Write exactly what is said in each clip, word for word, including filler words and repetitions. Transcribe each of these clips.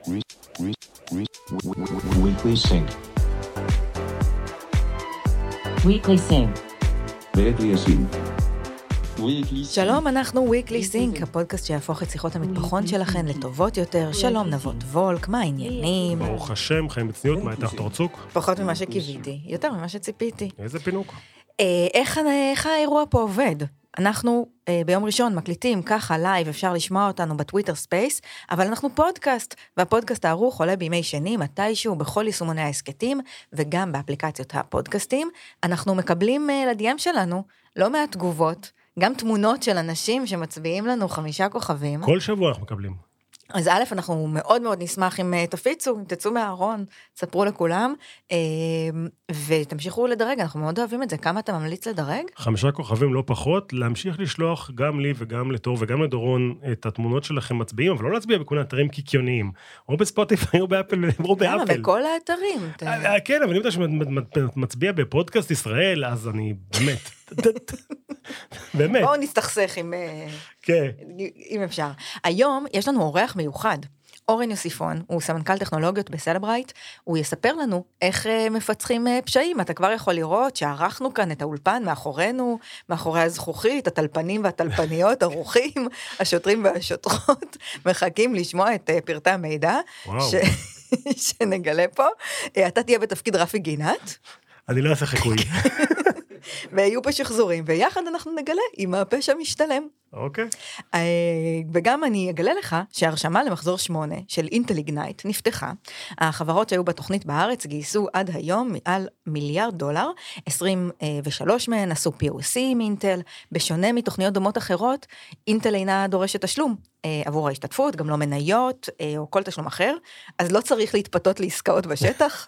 Weekly Sync. Weekly Sync. Weekly Sync. שלום, אנחנו Weekly Sync, הפודקאסט שיהפוך את שיחות המטבחון שלכן לטובות יותר. שלום נבות וולק, מה העניינים? ברוך השם, חיים בצניעות, מה איתך תורצוק? פחות ממה שקיוויתי, יותר ממה שציפיתי. איזה פינוק? איך, איך האירוע פה עובד? אנחנו אה, ביום ראשון מקליטים ככה לייב, אפשר לשמוע אותנו בטוויטר ספייס, אבל אנחנו פודקאסט, והפודקאסט הערוך עולה בימי שני, מתישהו בכל יישומוני העסקתים, וגם באפליקציות הפודקאסטים. אנחנו מקבלים אה, לדי אם שלנו לא מעט תגובות, גם תמונות של אנשים שמצביעים לנו חמישה כוכבים. כל שבוע אנחנו מקבלים. אז א', אנחנו מאוד מאוד נשמח אם תפיצו, אם תצאו מהארון, תספרו לכולם, ותמשיכו לדרג, אנחנו מאוד אוהבים את זה. כמה אתה ממליץ לדרג? חמישה כוכבים לא פחות, להמשיך לשלוח גם לי וגם לתור וגם לדורון את התמונות שלכם מצביעים, אבל לא להצביע בכל האתרים קיקיוניים, או בספוטיפיי או באפל, או באפל. למה? בכל האתרים. כן, אבל אם אתה מצביע בפודקאסט ישראל, אז אני באמת... באמת. בואו נסתכסך עם... כן. אם אפשר. היום יש לנו אורח מיוחד. אורן יוסיפון, הוא סמנכ"ל טכנולוגיות בסלברייט, הוא יספר לנו איך מפצחים פשעים. אתה כבר יכול לראות שערכנו כאן את האולפן מאחורינו, מאחורי הזכוכית, הטלפנים והטלפניות, הרוחים, השוטרים והשוטרות, מחכים לשמוע את פרטי המידע ש... שנגלה פה. אתה תהיה בתפקיד רפי גינת. אני לא אעשה חיקוי. ויהיו פה שחזורים, ויחד אנחנו נגלה אם הפשע משתלם. אוקיי. וגם אני אגלה לך שהרשמה למחזור שמונה של אינטל איגנייט נפתחה. החברות שהיו בתוכנית בארץ גייסו עד היום מעל מיליארד דולר, עשרים ושלוש מהן עשו פי או סי עם אינטל. בשונה מתוכניות דומות אחרות, אינטל אינה דורשת תשלום עבור ההשתתפות, גם לא מניות או כל תשלום אחר, אז לא צריך להתפתות לעסקאות בשטח.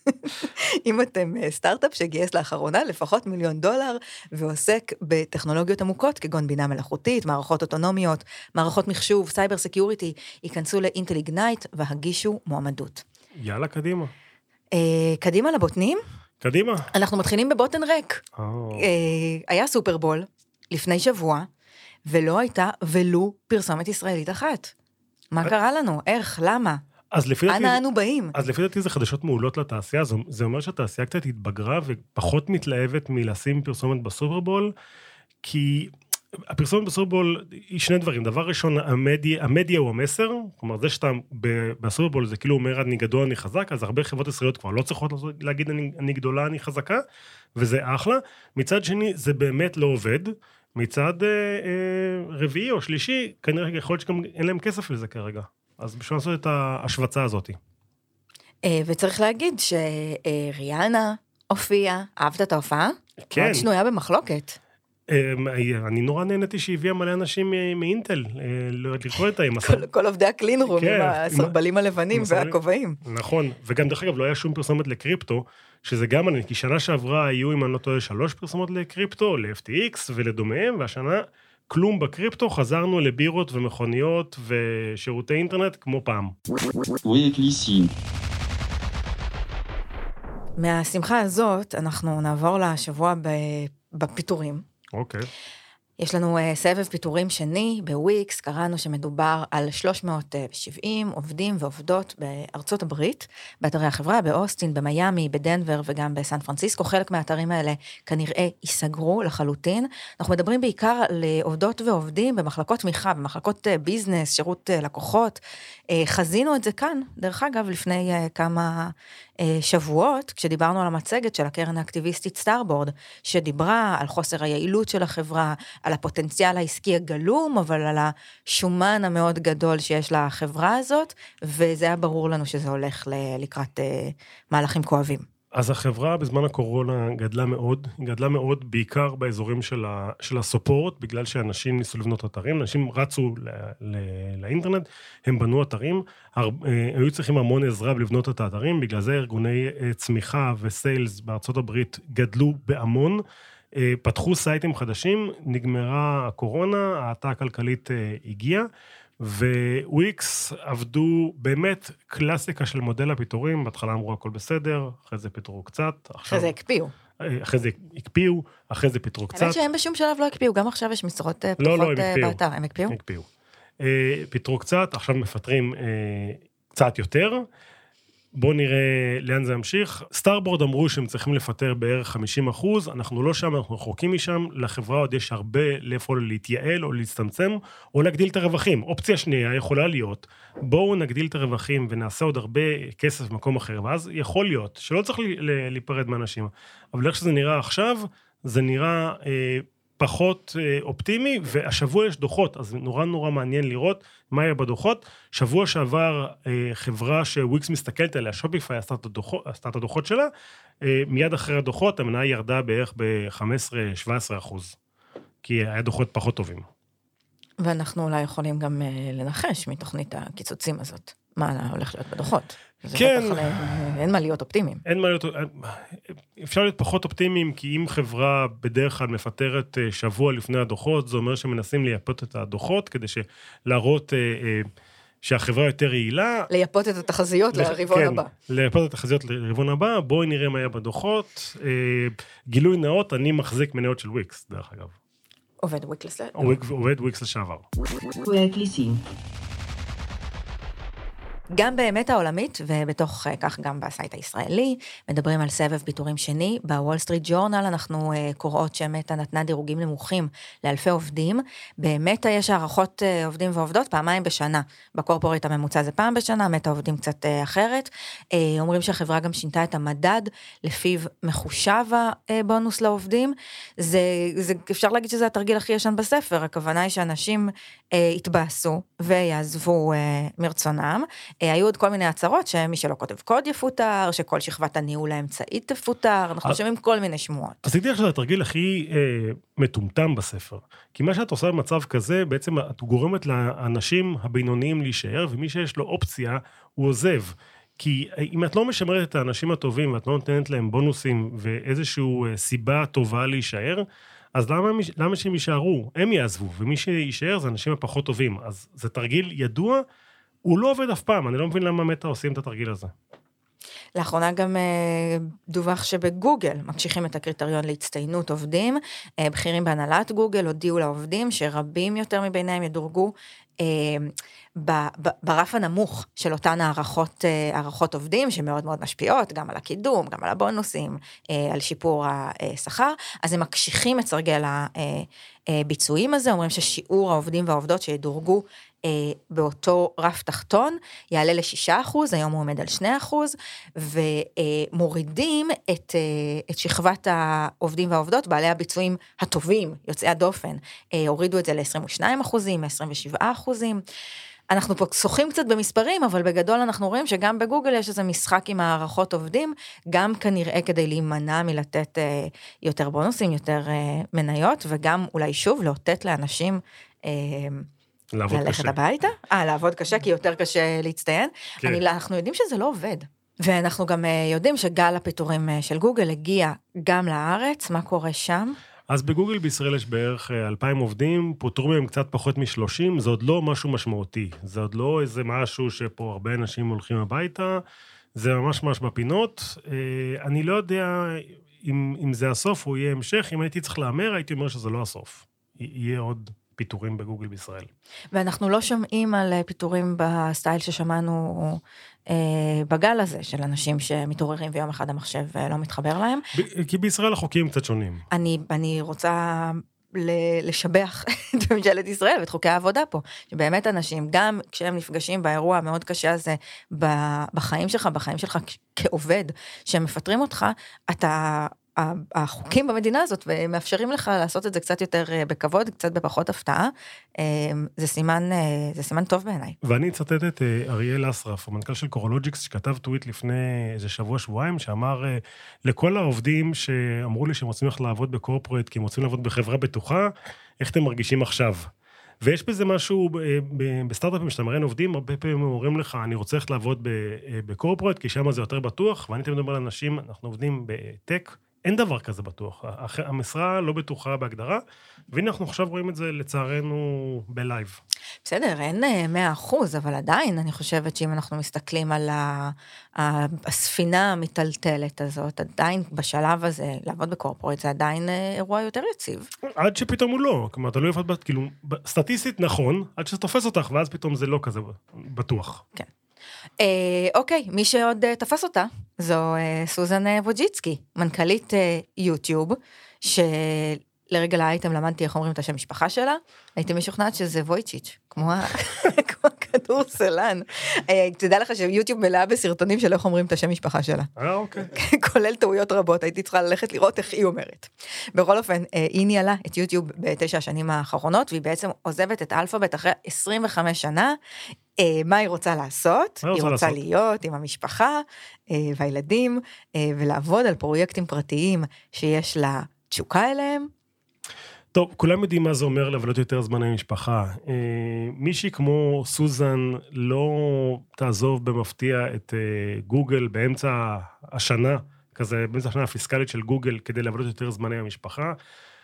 אם אתם סטארט-אפ שגייס לאחרונה לפחות מיליון דולר, ועוסק בטכנולוגיות עמוקות כגון בינה מלאכותית, מערכות אוטונומיות, מערכות מחשוב, סייבר סקיוריטי, ייכנסו לאינטל איגנייט והגישו מועמדות. יאללה, קדימה. קדימה לבוטנים? קדימה. אנחנו מתחילים בבוטן ריק. היה סופרבול לפני שבוע, ולא הייתה ולו פרסומת ישראלית אחת. מה קרה לנו? איך? למה? אנה אנו באים? אז לפי דעתי זה חדשות מעולות לתעשייה, זה אומר שהתעשייה קצת התבגרה ופחות מתלהבת מלשים פרסומת בסופרבול, כי הפרסומת בסופרבול היא שני דברים. דבר ראשון, המדיה, המדיה הוא המסר, כלומר זה שאתה בסופרבול זה כאילו אומר אני גדול, אני חזק, אז הרבה חברות ישראליות כבר לא צריכות להגיד אני, אני גדולה, אני חזקה, וזה אחלה. מצד שני, זה באמת לא עובד. מצד אה, אה, רביעי או שלישי, כנראה יכול להיות שגם אין להם כסף לזה כרגע. אז בשביל לעשות את ההשווצה הזאת. אה, וצריך להגיד שריאנה הופיעה, אהבת את ההופעה? כן. מאוד שנויה במחלוקת. אה, אני נורא נהנתי שהביאה מלא אנשים מאינטל, אה, לקרוא את עם כל, כל עובדי הקלינרום, כן, עם הסרבלים עם... הלבנים והכובעים. נכון, וגם דרך אגב לא היה שום פרסומת לקריפטו, שזה גם אני, כי שנה שעברה היו, אם אני לא טועה, שלוש פרסומות לקריפטו, ל-אף טי אקס ולדומיהם, והשנה כלום בקריפטו, חזרנו לבירות ומכוניות ושירותי אינטרנט כמו פעם. מהשמחה הזאת, אנחנו נעבור לשבוע בפיתורים. אוקיי. יש לנו uh, סבב פיתורים שני בוויקס, קראנו שמדובר על שלוש מאות שבעים עובדים ועובדות בארצות הברית, באתרי החברה, באוסטין, במיימי, בדנבר וגם בסן פרנסיסקו. חלק מהאתרים האלה כנראה ייסגרו לחלוטין. אנחנו מדברים בעיקר על עובדות ועובדים במחלקות תמיכה, במחלקות uh, ביזנס, שירות uh, לקוחות. Uh, חזינו את זה כאן, דרך אגב, לפני uh, כמה uh, שבועות, כשדיברנו על המצגת של הקרן האקטיביסטית סטארבורד, שדיברה על חוסר היעילות של החברה, על הפוטנציאל העסקי הגלום, אבל על השומן המאוד גדול שיש לחברה הזאת, וזה היה ברור לנו שזה הולך לקראת מהלכים כואבים. אז החברה בזמן הקורונה גדלה מאוד, היא גדלה מאוד בעיקר באזורים של, ה, של הסופורט, בגלל שאנשים ניסו לבנות אתרים, אנשים רצו ל, ל, לאינטרנט, הם בנו אתרים, הר, היו צריכים המון עזרה לבנות את האתרים, בגלל זה ארגוני צמיחה וסיילס בארצות הברית גדלו בהמון, פתחו סייטים חדשים, נגמרה הקורונה, ההאטה הכלכלית הגיעה, וויקס עבדו באמת קלאסיקה של מודל הפיתורים, בהתחלה אמרו הכל בסדר, אחרי זה פיתרו קצת. אחרי זה הקפיאו. אחרי זה הקפיאו, אחרי זה פיתרו קצת. האמת שהם בשום שלב לא הקפיאו, גם עכשיו יש משרות פתוחות באתר, הם הקפיאו? הקפיאו. פיתרו קצת, עכשיו מפטרים קצת יותר. בואו נראה לאן זה ימשיך. סטארבורד אמרו שהם צריכים לפטר בערך חמישים אחוז, אנחנו לא שם, אנחנו רחוקים משם, לחברה עוד יש הרבה לאיפה להתייעל או להצטמצם, או להגדיל את הרווחים. אופציה שנייה יכולה להיות, בואו נגדיל את הרווחים ונעשה עוד הרבה כסף במקום אחר, ואז יכול להיות שלא צריך להיפרד מאנשים, אבל איך שזה נראה עכשיו, זה נראה אה, פחות אה, אופטימי, והשבוע יש דוחות, אז נורא נורא מעניין לראות מה יהיה בדוחות. שבוע שעבר אה, חברה שוויקס מסתכלת עליה, שופיפיי עשתה את הדוחות, עשתה את הדוחות שלה, אה, מיד אחרי הדוחות המניה ירדה בערך ב-חמש עשרה עד שבע עשרה אחוז, כי היה דוחות פחות טובים. ואנחנו אולי יכולים גם אה, לנחש מתוכנית הקיצוצים הזאת, מה הולך להיות בדוחות. כן. בטח, אין מה להיות אופטימיים. אין מה להיות, אפשר להיות פחות אופטימיים, כי אם חברה בדרך כלל מפטרת שבוע לפני הדוחות, זה אומר שמנסים לייפות את הדוחות, כדי להראות שהחברה יותר יעילה. לייפות את התחזיות לרבעון הבא. כן, לייפות את התחזיות לרבעון הבא, בואי נראה מה היה בדוחות. גילוי נאות, אני מחזיק מניות של וויקס, דרך אגב. עובד וויקס? עובד וויקס לשעבר. Weekly Sync. גם באמת העולמית, ובתוך כך גם בסייט הישראלי, מדברים על סבב פיטורים שני. בוול סטריט ג'ורנל אנחנו קוראות שמטה נתנה דירוגים נמוכים לאלפי עובדים. במטה יש הערכות עובדים ועובדות פעמיים בשנה. בקורפורט הממוצע זה פעם בשנה, מטה עובדים קצת אחרת. אומרים שהחברה גם שינתה את המדד, לפיו מחושב הבונוס לעובדים. זה, זה, אפשר להגיד שזה התרגיל הכי ישן בספר, הכוונה היא שאנשים יתבאסו ויעזבו מרצונם. היו עוד כל מיני הצהרות שמי שלא כותב קוד יפוטר, שכל שכבת הניהול האמצעית תפוטר, אנחנו שומעים כל מיני שמועות. אז תדעי לך שזה התרגיל הכי אה, מטומטם בספר, כי מה שאת עושה במצב כזה, בעצם את גורמת לאנשים הבינוניים להישאר, ומי שיש לו אופציה, הוא עוזב. כי אם את לא משמרת את האנשים הטובים, ואת לא נותנת להם בונוסים, ואיזושהי סיבה טובה להישאר, אז למה, למה שהם יישארו? הם יעזבו, ומי שישאר זה אנשים הפחות טובים. אז זה תרגיל ידוע, הוא לא עובד אף פעם, אני לא מבין למה מטה עושים את התרגיל הזה. לאחרונה גם דווח שבגוגל מקשיחים את הקריטריון להצטיינות עובדים, בכירים בהנהלת גוגל הודיעו לעובדים שרבים יותר מביניהם ידורגו ברף הנמוך של אותן הערכות, הערכות עובדים שמאוד מאוד משפיעות, גם על הקידום, גם על הבונוסים, על שיפור השכר, אז הם מקשיחים את סרגל הביצועים הזה, אומרים ששיעור העובדים והעובדות שידורגו באותו רף תחתון, יעלה לשישה אחוז, היום הוא עומד על שני אחוז, ומורידים את, את שכבת העובדים והעובדות, בעלי הביצועים הטובים, יוצאי הדופן, הורידו את זה ל-עשרים ושניים אחוזים, עשרים ושבעה אחוזים, אנחנו פה שוחים קצת במספרים, אבל בגדול אנחנו רואים שגם בגוגל יש איזה משחק עם הערכות עובדים, גם כנראה כדי להימנע מלתת יותר בונוסים, יותר מניות, וגם אולי שוב לאותת לאנשים ללכת הביתה? אה, לעבוד קשה, כי יותר קשה להצטיין. כן. אני, אנחנו יודעים שזה לא עובד. ואנחנו גם יודעים שגל הפיטורים של גוגל הגיע גם לארץ. מה קורה שם? אז בגוגל בישראל יש בערך אלפיים עובדים, פוטרו מהם קצת פחות מ-שלושים, זה עוד לא משהו משמעותי. זה עוד לא איזה משהו שפה הרבה אנשים הולכים הביתה, זה ממש ממש בפינות. אני לא יודע אם, אם זה הסוף או יהיה המשך, אם הייתי צריך לאמר, הייתי אומר שזה לא הסוף. יהיה עוד פיטורים בגוגל בישראל. ואנחנו לא שומעים על פיטורים בסטייל ששמענו אה, בגל הזה, של אנשים שמתעוררים ויום אחד המחשב לא מתחבר להם. ב- כי בישראל החוקים קצת שונים. אני, אני רוצה לשבח את ממשלת ישראל ואת חוקי העבודה פה, שבאמת אנשים, גם כשהם נפגשים באירוע המאוד קשה הזה, בחיים שלך, בחיים שלך כעובד, שהם מפטרים אותך, אתה החוקים במדינה הזאת, ומאפשרים לך לעשות את זה קצת יותר בכבוד, קצת בפחות הפתעה, זה סימן, זה סימן טוב בעיניי. ואני אצטט את אריאל אסרף, המנכ"ל של קורולוג'יקס, שכתב טוויט לפני איזה שבוע, שבועיים, שאמר לכל העובדים שאמרו לי שהם רוצים ללכת לעבוד בקורפורט, כי הם רוצים לעבוד בחברה בטוחה, איך אתם מרגישים עכשיו? ויש בזה משהו, בסטארט-אפים שאתה מראיין עובדים, הרבה פעמים אומרים לך, אני רוצה ללכת לעבוד בקורפורט, כי שם זה יותר בטוח, ואני תמיד אומר לאנשים, אנחנו עובדים בטק, אין דבר כזה בטוח. המשרה לא בטוחה בהגדרה, והנה אנחנו עכשיו רואים את זה לצערנו בלייב. בסדר, אין מאה אחוז, אבל עדיין אני חושבת שאם אנחנו מסתכלים על הספינה המטלטלת הזאת, עדיין בשלב הזה, לעבוד בקורפורט, זה עדיין אירוע יותר יציב. עד שפתאום הוא לא, כלומר, אתה לא יפת, כאילו, סטטיסטית נכון, עד שתופס אותך, ואז פתאום זה לא כזה בטוח. כן. אה, אוקיי, מי שעוד אה, תפס אותה, זו אה, סוזן אה, ווג'יצקי, מנכ"לית אה, יוטיוב, שלרגע להייתם למדתי איך אומרים את השם משפחה שלה, הייתי משוכנעת שזה וויצ'יץ', כמו ה- כמו הכדור סלן. אה, תדע לך שיוטיוב מלאה בסרטונים של איך אומרים את השם משפחה שלה. אה, אוקיי. כולל טעויות רבות, הייתי צריכה ללכת לראות איך היא אומרת. בכל אופן, אה, היא ניהלה את יוטיוב בתשע השנים האחרונות, והיא בעצם עוזבת את אלפאבית אחרי עשרים וחמש שנה. אה, מה היא רוצה לעשות? מה היא היא רוצה רוצה לעשות? להיות עם המשפחה אה, והילדים, אה, ולעבוד על פרויקטים פרטיים שיש לה תשוקה אליהם. טוב, כולם יודעים מה זה אומר לבלות יותר זמן עם משפחה. אה, מישהי כמו סוזן לא תעזוב במפתיע את אה, גוגל באמצע השנה, כזה באמצע השנה הפיסקלית של גוגל, כדי לבלות יותר זמן עם המשפחה.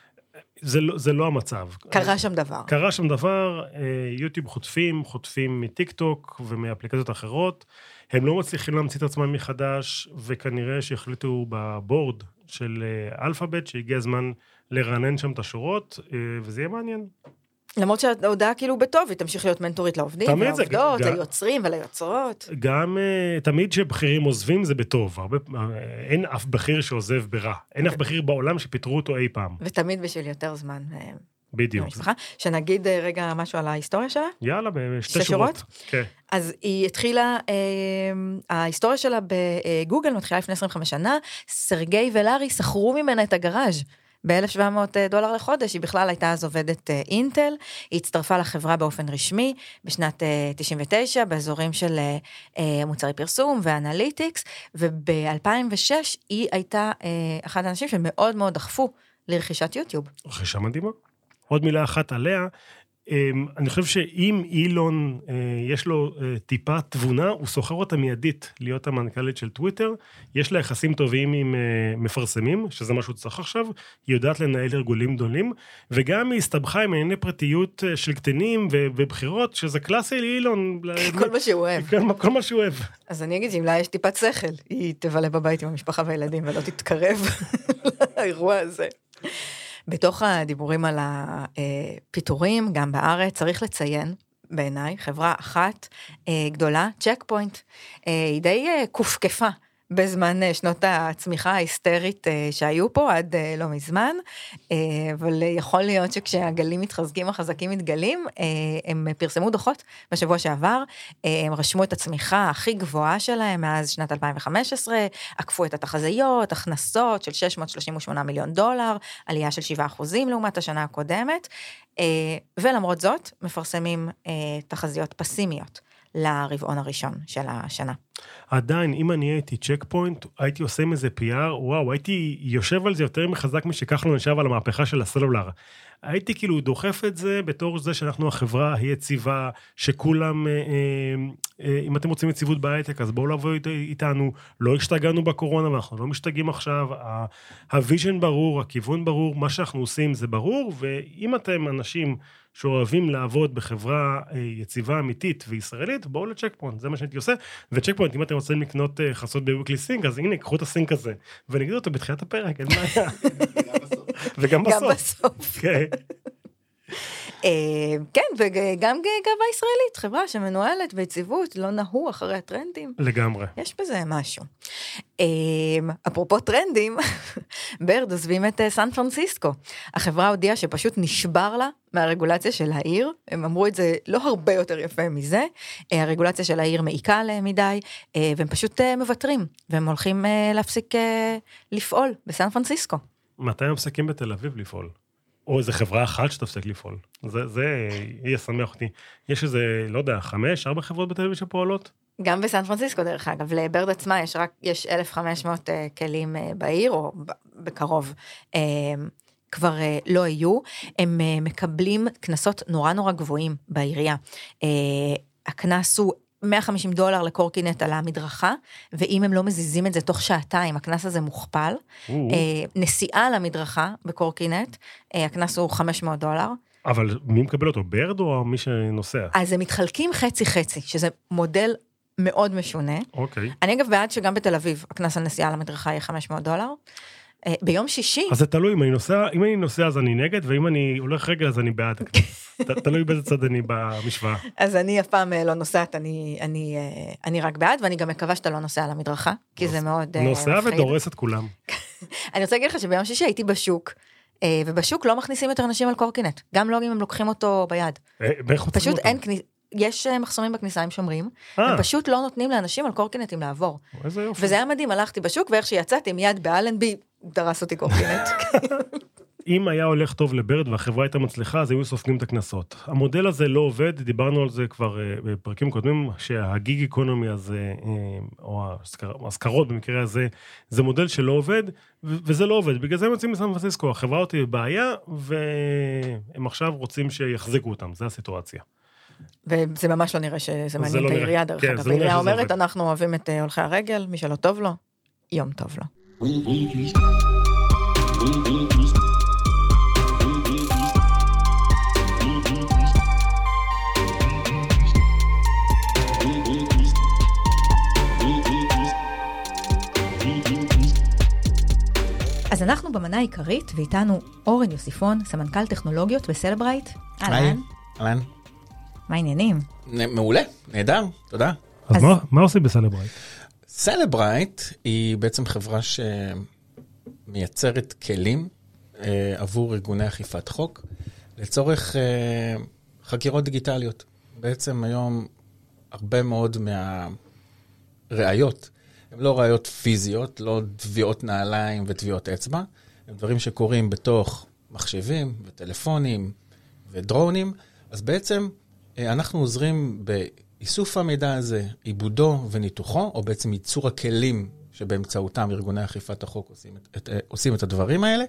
זה לא, זה לא המצב. קרה שם דבר. קרה שם דבר, אה, יוטיוב חוטפים, חוטפים מטיק טוק ומאפליקציות אחרות, הם לא מצליחים להמציא את עצמם מחדש, וכנראה שהחליטו בבורד של אה, אלפאבית, שהגיע הזמן לרענן שם את השורות, אה, וזה יהיה מעניין. למרות שההודעה כאילו בטוב, היא תמשיך להיות מנטורית לעובדים, תמיד זה, לעובדות, גם- ליוצרים וליוצרות. גם אה, תמיד שבכירים עוזבים זה בטוב, הרבה, אה, אין אף בכיר שעוזב ברע, אין אף בכיר בעולם שפיטרו אותו אי פעם, ותמיד בשביל יותר זמן. אה, בדיוק. במשפחה. שנגיד אה, רגע משהו על ההיסטוריה שלה. יאללה, בשתי שתי שורות? שורות. כן. אז היא התחילה, אה, ההיסטוריה שלה בגוגל מתחילה לפני עשרים וחמש שנה, סרגי ולארי שכרו ממנה את הגראז' ב-אלף שבע מאות דולר לחודש, היא בכלל הייתה אז עובדת אה, אינטל, היא הצטרפה לחברה באופן רשמי בשנת אה, תשעים ותשע, באזורים של אה, אה, מוצרי פרסום ואנליטיקס, וב-אלפיים ושש היא הייתה אה, אחד האנשים שמאוד מאוד דחפו לרכישת יוטיוב. רכישה מדהימה. עוד מילה אחת עליה, אני חושב שאם אילון יש לו טיפה תבונה, הוא סוחר אותה מיידית להיות המנכ"לית של טוויטר, יש לה יחסים טובים עם מפרסמים, שזה משהו צריך עכשיו, היא יודעת לנהל ארגונים גדולים, וגם היא הסתבכה עם ענייני פרטיות של קטנים ובחירות, שזה קלאסי לאילון. כל מה שהוא אוהב. כל מה שהוא אוהב. אז אני אגיד שאם לה יש טיפת שכל, היא תבלה בבית עם המשפחה והילדים, ולא תתקרב לאירוע הזה. בתוך הדיבורים על הפיטורים, גם בארץ, צריך לציין, בעיניי, חברה אחת גדולה, צ'ק פוינט, היא די קופקפה בזמן שנות הצמיחה ההיסטרית שהיו פה עד לא מזמן, אבל יכול להיות שכשהגלים מתחזקים, החזקים מתגלים, הם פרסמו דוחות בשבוע שעבר, הם רשמו את הצמיחה הכי גבוהה שלהם מאז שנת אלפיים וחמש עשרה, עקפו את התחזיות, הכנסות של שש מאות שלושים ושמונה מיליון דולר, עלייה של שבעה אחוזים לעומת השנה הקודמת, ולמרות זאת מפרסמים תחזיות פסימיות לרבעון הראשון של השנה. עדיין, אם אני הייתי צ'ק פוינט, הייתי עושה עם איזה פי אר, וואו, הייתי יושב על זה יותר מחזק משכחלון ישב על המהפכה של הסלולר. הייתי כאילו דוחף את זה בתור זה שאנחנו החברה היציבה, שכולם, אה, אה, אם אתם רוצים יציבות בהייטק, אז בואו לבוא איתנו, לא השתגענו בקורונה, ואנחנו לא משתגעים עכשיו, הוויז'ן ברור, הכיוון ברור, מה שאנחנו עושים זה ברור, ואם אתם אנשים שאוהבים לעבוד בחברה יציבה אמיתית וישראלית, בואו לצ'ק פוינט, זה מה שהייתי עושה, וצ'ק פוינט, אם אתם רוצים לקנות חסות בוויקלי סינק, אז הנה, קחו את הסינק הזה, ונגיד אותו בתחילת הפרק, אין בעיה. וגם בסוף. גם בסוף. כן. כן, וגם גאווה ישראלית, חברה שמנוהלת ביציבות, לא נהו אחרי הטרנדים. לגמרי. יש בזה משהו. אפרופו טרנדים, ברד עוזבים את סן פרנסיסקו. החברה הודיעה שפשוט נשבר לה מהרגולציה של העיר, הם אמרו את זה לא הרבה יותר יפה מזה, הרגולציה של העיר מעיקה עליהם מדי, והם פשוט מבטרים, והם הולכים להפסיק לפעול בסן פרנסיסקו. מתי הם מפסיקים בתל אביב לפעול? או איזו חברה אחת שתפסיק לפעול. זה, זה יהיה שמח אותי. יש איזה, לא יודע, חמש, ארבע חברות בתל אביב שפועלות? גם בסן פרנסיסקו, דרך אגב, לברד עצמה יש רק, יש אלף וחמש מאות כלים בעיר, או בקרוב, כבר לא יהיו. הם מקבלים כנסות נורא נורא גבוהים בעירייה. הכנס הוא מאה וחמישים דולר לקורקינט על המדרכה, ואם הם לא מזיזים את זה תוך שעתיים, הכנס הזה מוכפל. נסיעה למדרכה בקורקינט, הכנס הוא חמש מאות דולר. אבל מי מקבל אותו, ברד או מי שנוסע? אז הם מתחלקים חצי-חצי, שזה מודל מאוד משונה. אוקיי. אני אגב בעד שגם בתל אביב, הכנס הנסיעה למדרכה יהיה חמש מאות דולר. ביום שישי... אז זה תלוי, אם אני נוסע, אם אני נוסע אז אני נגד, ואם אני הולך רגל אז אני בעד הכנס. תלוי באיזה צד אני במשוואה. אז אני אף פעם לא נוסעת, אני, אני, אני רק בעד, ואני גם מקווה שאתה לא נוסע על המדרכה, כי זה מאוד מפחיד. נוסע ודורס את כולם. אני רוצה להגיד לך שביום שישי הייתי בשוק, ובשוק לא מכניסים יותר אנשים על קורקינט, גם לא אם הם לוקחים אותו ביד. פשוט אין כניסה. יש מחסומים בכניסה עם שומרים, הם פשוט לא נותנים לאנשים על קורקינטים לעבור. וזה היה מדהים, הלכתי בשוק, ואיך שיצאתי מיד באלנבי, דרס אותי קורקינט. אם היה הולך טוב לברד והחברה הייתה מצליחה, אז היו סופגים את הכנסות. המודל הזה לא עובד, דיברנו על זה כבר בפרקים קודמים, שהגיג איקונומי הזה, או ההשכרות במקרה הזה, זה מודל שלא עובד, וזה לא עובד. בגלל זה הם יוצאים מסן פרנסיסקו, החברה אותי בבעיה, והם עכשיו רוצים שיחזיקו אותם, זו הסיטואציה. וזה ממש לא נראה שזה מעניין את העירייה דרך אגב. העירייה אומרת, אנחנו אוהבים את הולכי הרגל, מי שלא טוב לו, יום טוב לו. אז אנחנו במנה העיקרית, ואיתנו אורן יוסיפון, סמנכ"ל טכנולוגיות בסלברייט. אהלן. אהלן. מה העניינים? מעולה, נהדר, תודה. אז, אז... מה, מה עושים בסלברייט? סלברייט היא בעצם חברה שמייצרת כלים אה, עבור ארגוני אכיפת חוק, לצורך אה, חקירות דיגיטליות. בעצם היום הרבה מאוד מהראיות, הן לא ראיות פיזיות, לא תביעות נעליים ותביעות אצבע, הם דברים שקורים בתוך מחשבים וטלפונים ודרונים, אז בעצם אנחנו עוזרים באיסוף המידע הזה, עיבודו וניתוחו, או בעצם ייצור הכלים שבאמצעותם ארגוני אכיפת החוק עושים את, עושים את הדברים האלה,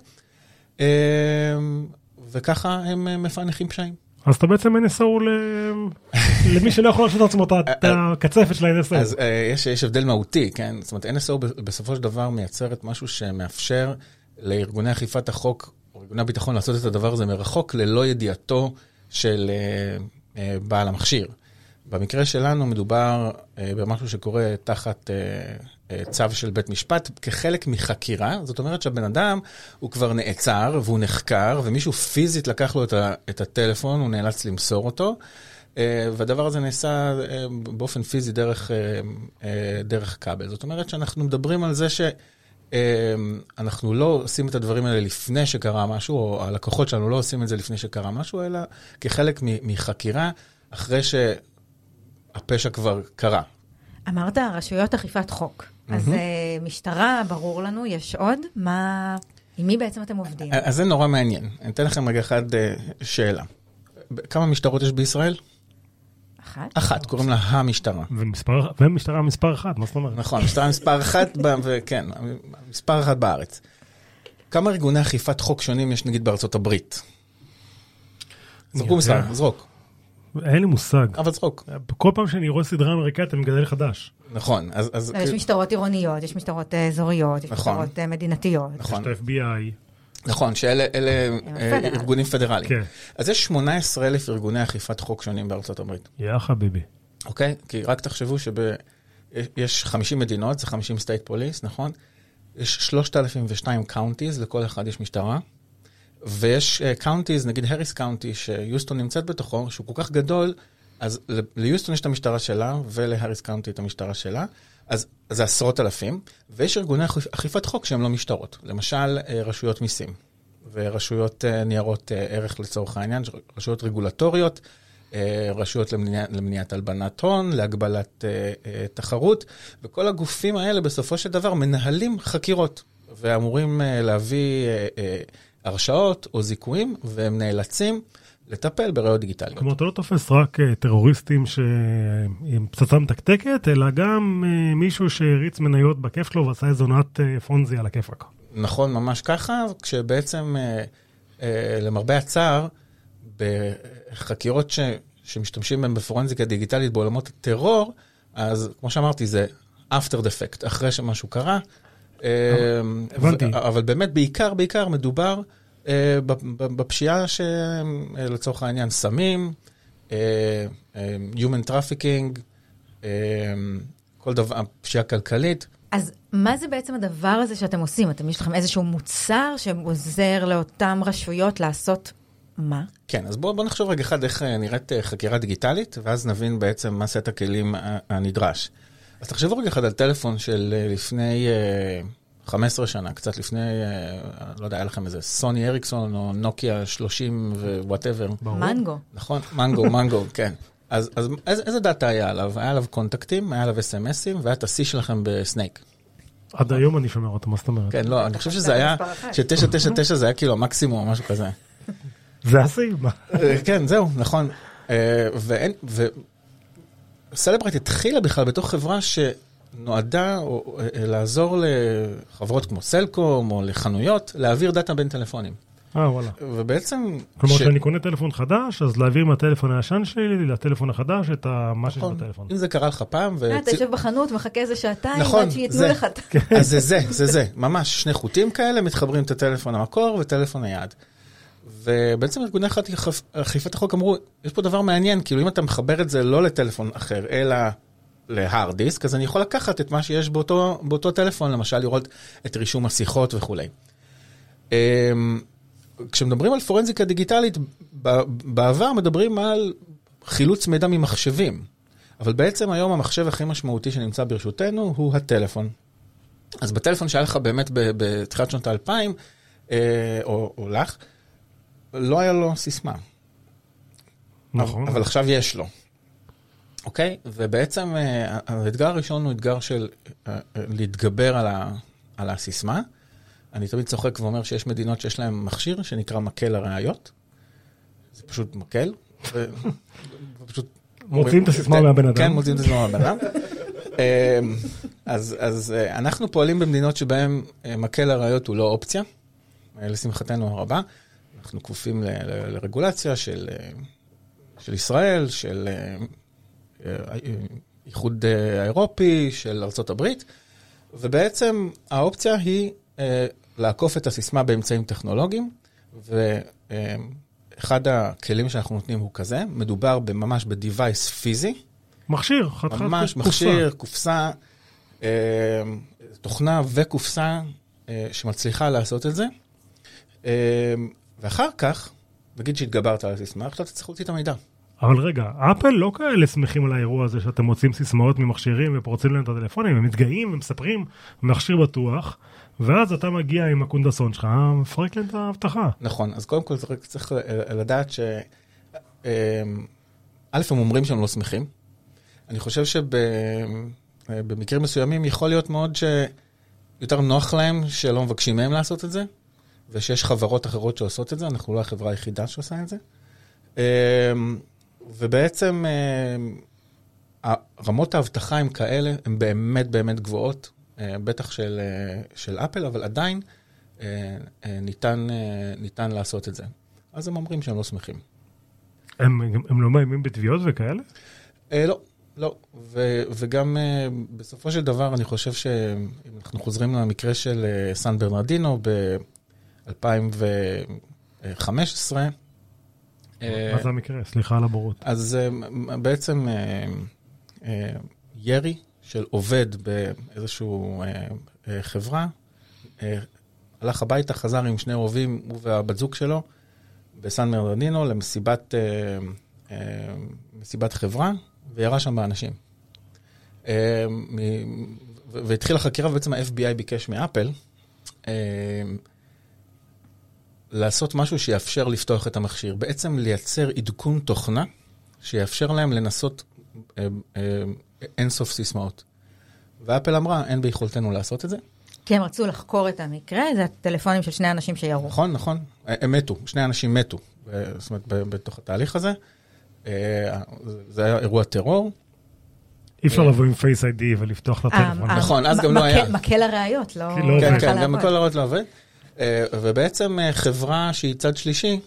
וככה הם מפענחים פשעים. אז אתה בעצם אן אס או למי שלא יכול לעשות עצמו את הקצפת של ה-אן אס או. אז יש הבדל מהותי, כן? זאת אומרת, אן אס או בסופו של דבר מייצרת משהו שמאפשר לארגוני אכיפת החוק, או ארגוני הביטחון לעשות את הדבר הזה מרחוק, ללא ידיעתו של בעל המכשיר. במקרה שלנו מדובר במשהו שקורה תחת צו של בית משפט, כחלק מחקירה, זאת אומרת שהבן אדם הוא כבר נעצר והוא נחקר, ומישהו פיזית לקח לו את הטלפון, הוא נאלץ למסור אותו, והדבר הזה נעשה באופן פיזי דרך, דרך כבל. זאת אומרת שאנחנו מדברים על זה שאנחנו לא עושים את הדברים האלה לפני שקרה משהו, או הלקוחות שלנו לא עושים את זה לפני שקרה משהו, אלא כחלק מחקירה, אחרי שהפשע כבר קרה. אמרת רשויות אכיפת חוק. אז משטרה, ברור לנו, יש עוד? מה, עם מי בעצם אתם עובדים? אז זה נורא מעניין. אני אתן לכם רגע אחד שאלה. כמה משטרות יש בישראל? אחת. אחת, קוראים לה המשטרה. ומשטרה מספר אחת, מה זאת אומרת? נכון, משטרה מספר אחת, וכן, מספר אחת בארץ. כמה ארגוני אכיפת חוק שונים יש נגיד בארצות הברית? זרקו מספר, זרוק. אין לי מושג. אבל זרוק. כל פעם שאני רואה סדרה אמריקאית, אני מגדל חדש. נכון. אז יש משטרות עירוניות, יש משטרות אזוריות, יש משטרות מדינתיות. נכון. יש את ה-אף בי איי. נכון, שאלה ארגונים פדרליים. אז יש שמונה עשרה אלף ארגוני אכיפת חוק שונים בארצות הברית. יא חביבי. אוקיי? כי רק תחשבו שיש חמישים מדינות, זה חמישים סטייט פוליס, נכון? יש שלושת אלפים ושתיים קאונטיז, לכל אחד יש משטרה. ויש קאונטיז, נגיד הריס קאונטי, שיוסטון נמצאת בתוכו, שהוא כל כך גדול, אז ליוסטון יש את המשטרה שלה, ולהריס קאונטי את המשטרה שלה, אז זה עשרות אלפים, ויש ארגוני אכיפת חוק שהם לא משטרות, למשל רשויות מיסים, ורשויות ניירות ערך לצורך העניין, רשויות רגולטוריות, רשויות למניעת הלבנת הון, להגבלת תחרות, וכל הגופים האלה בסופו של דבר מנהלים חקירות, ואמורים להביא הרשאות או זיכויים, והם נאלצים לטפל בראיות דיגיטליות. כלומר, אתה לא תופס רק טרוריסטים עם פצצה מתקתקת, אלא גם מישהו שהריץ מניות בכיף שלו, ועשה איזו עונת פונזי על הכיף רק. נכון, ממש ככה, כשבעצם, למרבה הצער, בחקירות ש, שמשתמשים בהם בפורנזיקה דיגיטלית בעולמות הטרור, אז כמו שאמרתי, זה after the fact, אחרי שמשהו קרה, הבנתי. אבל באמת, בעיקר, בעיקר מדובר בפשיעה שלצורך העניין סמים, human trafficking, כל דבר, פשיעה כלכלית. אז מה זה בעצם הדבר הזה שאתם עושים? אתם יש לכם איזשהו מוצר שעוזר לאותם רשויות לעשות מה? כן, אז בואו בוא נחשוב רגע אחד איך נראית חקירה דיגיטלית, ואז נבין בעצם מה סט הכלים הנדרש. אז תחשבו רגע אחד על טלפון של לפני חמש עשרה שנה, קצת לפני, לא יודע, היה לכם איזה סוני אריקסון או נוקיה שלושים ווואטאבר. מנגו. נכון, מנגו, מנגו, כן. אז, אז איזה, איזה דאטה היה עליו? היה עליו קונטקטים, היה עליו אס אם אסים, והיה את ה-C שלכם בסנייק. עד היום אני שומר אותו, מה זאת אומרת? כן, לא, אני חושב שזה היה, ש-תשע תשע תשע זה היה כאילו המקסימום, משהו כזה. זה הסעיב, מה? כן, זהו, נכון. ואין, וסלברייט התחילה בכלל בתוך חברה שנועדה לעזור לחברות כמו סלקום או לחנויות, להעביר דאטה בין טלפונים. אה, וואלה. ובעצם... כלומר, כשאני קונה טלפון חדש, אז להעביר מהטלפון הישן שלי לטלפון החדש את מה שיש בטלפון. אם זה קרה לך פעם... אתה יושב בחנות, מחכה איזה שעתיים, נכון, עד שיתנו לך... אז זה זה, זה זה. ממש שני חוטים כאלה, מתחברים את הטלפון המקור וטלפון היעד. ובעצם ארגוני אכיפת החוק אמרו, יש פה דבר מעניין, כאילו אם אתה מחבר את זה לא לטלפון אחר, אלא להארד דיסק, אז אני יכול לקחת את מה שיש באותו, באותו טלפון, למשל לראות את רישום השיחות וכולי. כשמדברים על פורנזיקה דיגיטלית, בעבר מדברים על חילוץ מידע ממחשבים, אבל בעצם היום המחשב הכי משמעותי שנמצא ברשותנו הוא הטלפון. אז בטלפון שהיה לך באמת בתחילת שנות האלפיים, או, או לך, לא היה לו סיסמה. נכון. אבל עכשיו יש לו. אוקיי? ובעצם האתגר הראשון הוא אתגר של להתגבר על, ה, על הסיסמה. אני תמיד צוחק ואומר שיש מדינות שיש להן מכשיר שנקרא מקל הראיות. זה פשוט מקל. ופשוט... מוצאים את הסיסמה מהבן אדם. כן, מוצאים את הסיסמה מהבן אדם. אז, אז אנחנו פועלים במדינות שבהן מקל הראיות הוא לא אופציה. לשמחתנו הרבה. אנחנו כפופים ל, ל, לרגולציה של, של ישראל, של איחוד האירופי, של ארצות הברית, ובעצם האופציה היא לעקוף את הסיסמה באמצעים טכנולוגיים, ואחד הכלים שאנחנו נותנים הוא כזה, מדובר ממש בדיווייס פיזי. מכשיר, חד חד ממש קופסה. מכשיר, קופסה, תוכנה וקופסה שמצליחה לעשות את זה. ואחר כך, נגיד שהתגברת על הסיסמה, עכשיו אתה צריך להוציא את המידע. אבל רגע, אפל לא כאלה שמחים על האירוע הזה שאתם מוצאים סיסמאות ממכשירים ופורצים להם את הטלפונים, הם מתגאים ומספרים, מכשיר בטוח, ואז אתה מגיע עם הקונדסון שלך, מפרק להם את ההבטחה. נכון, אז קודם כל צריך לדעת ש... א', הם אומרים שהם לא שמחים. אני חושב שבמקרים מסוימים יכול להיות מאוד שיותר נוח להם שלא מבקשים מהם לעשות את זה, ושיש חברות אחרות שעושות את זה, אנחנו לא החברה היחידה שעושה את זה. ובעצם רמות ההבטחה הם כאלה, הן באמת באמת גבוהות, בטח של, של אפל, אבל עדיין ניתן, ניתן לעשות את זה. אז הם אומרים שהם לא שמחים. הם, הם לא מאיימים בתביעות וכאלה? לא, לא. ו, וגם בסופו של דבר אני חושב שאם אנחנו חוזרים למקרה של סן ברנרדינו ב-אלפיים וחמש עשרה, מה זה המקרה? סליחה על הבורות. אז בעצם ירי של עובד באיזשהו חברה, הלך הביתה, חזר עם שני רובים, הוא והבת זוג שלו, בסן ברנרדינו, למסיבת מסיבת חברה, וירה שם באנשים. והתחילה חקירה, ובעצם ה-אף בי איי ביקש מאפל, לעשות משהו שיאפשר לפתוח את המכשיר. בעצם לייצר עדכון תוכנה, שיאפשר להם לנסות אינסוף סיסמאות. ואפל אמרה, אין ביכולתנו לעשות את זה. כי הם רצו לחקור את המקרה, זה הטלפונים של שני אנשים שירו. נכון, נכון. הם מתו, שני אנשים מתו. זאת אומרת, בתוך התהליך הזה. זה היה אירוע טרור. אי אפשר לבוא עם פייס איי די ולפתוח את הטלפון. נכון, אז גם לא היה. מקל הראיות, לא... כן, כן, גם מקל הראיות לא עובד. ובעצם חברה שהיא צד שלישי,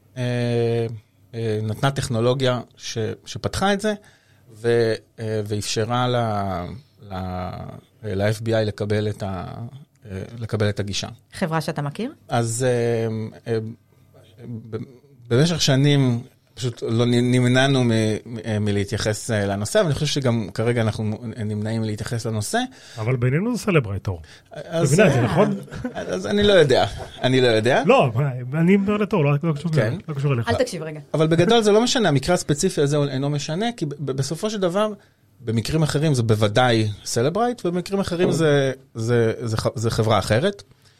נתנה טכנולוגיה שפתחה את זה, ואפשרה ל-אף בי איי לקבל את ה... לקבל את הגישה. חברה שאתה מכיר? אז במשך שנים פשוט לא נמנענו מלהתייחס לנושא, אבל אני חושב שגם כרגע אנחנו נמנעים להתייחס לנושא. אבל בינינו זה סלברייטור. אז זה נכון? אז אני לא יודע, אני לא יודע. לא, אני ברלטור, לא קשור אליך. אל תקשיב רגע. אבל בגדול זה לא משנה, המקרה הספציפי הזה אינו משנה, כי בסופו של דבר, במקרים אחרים זה בוודאי סלברייט, ובמקרים אחרים זה חברה אחרת.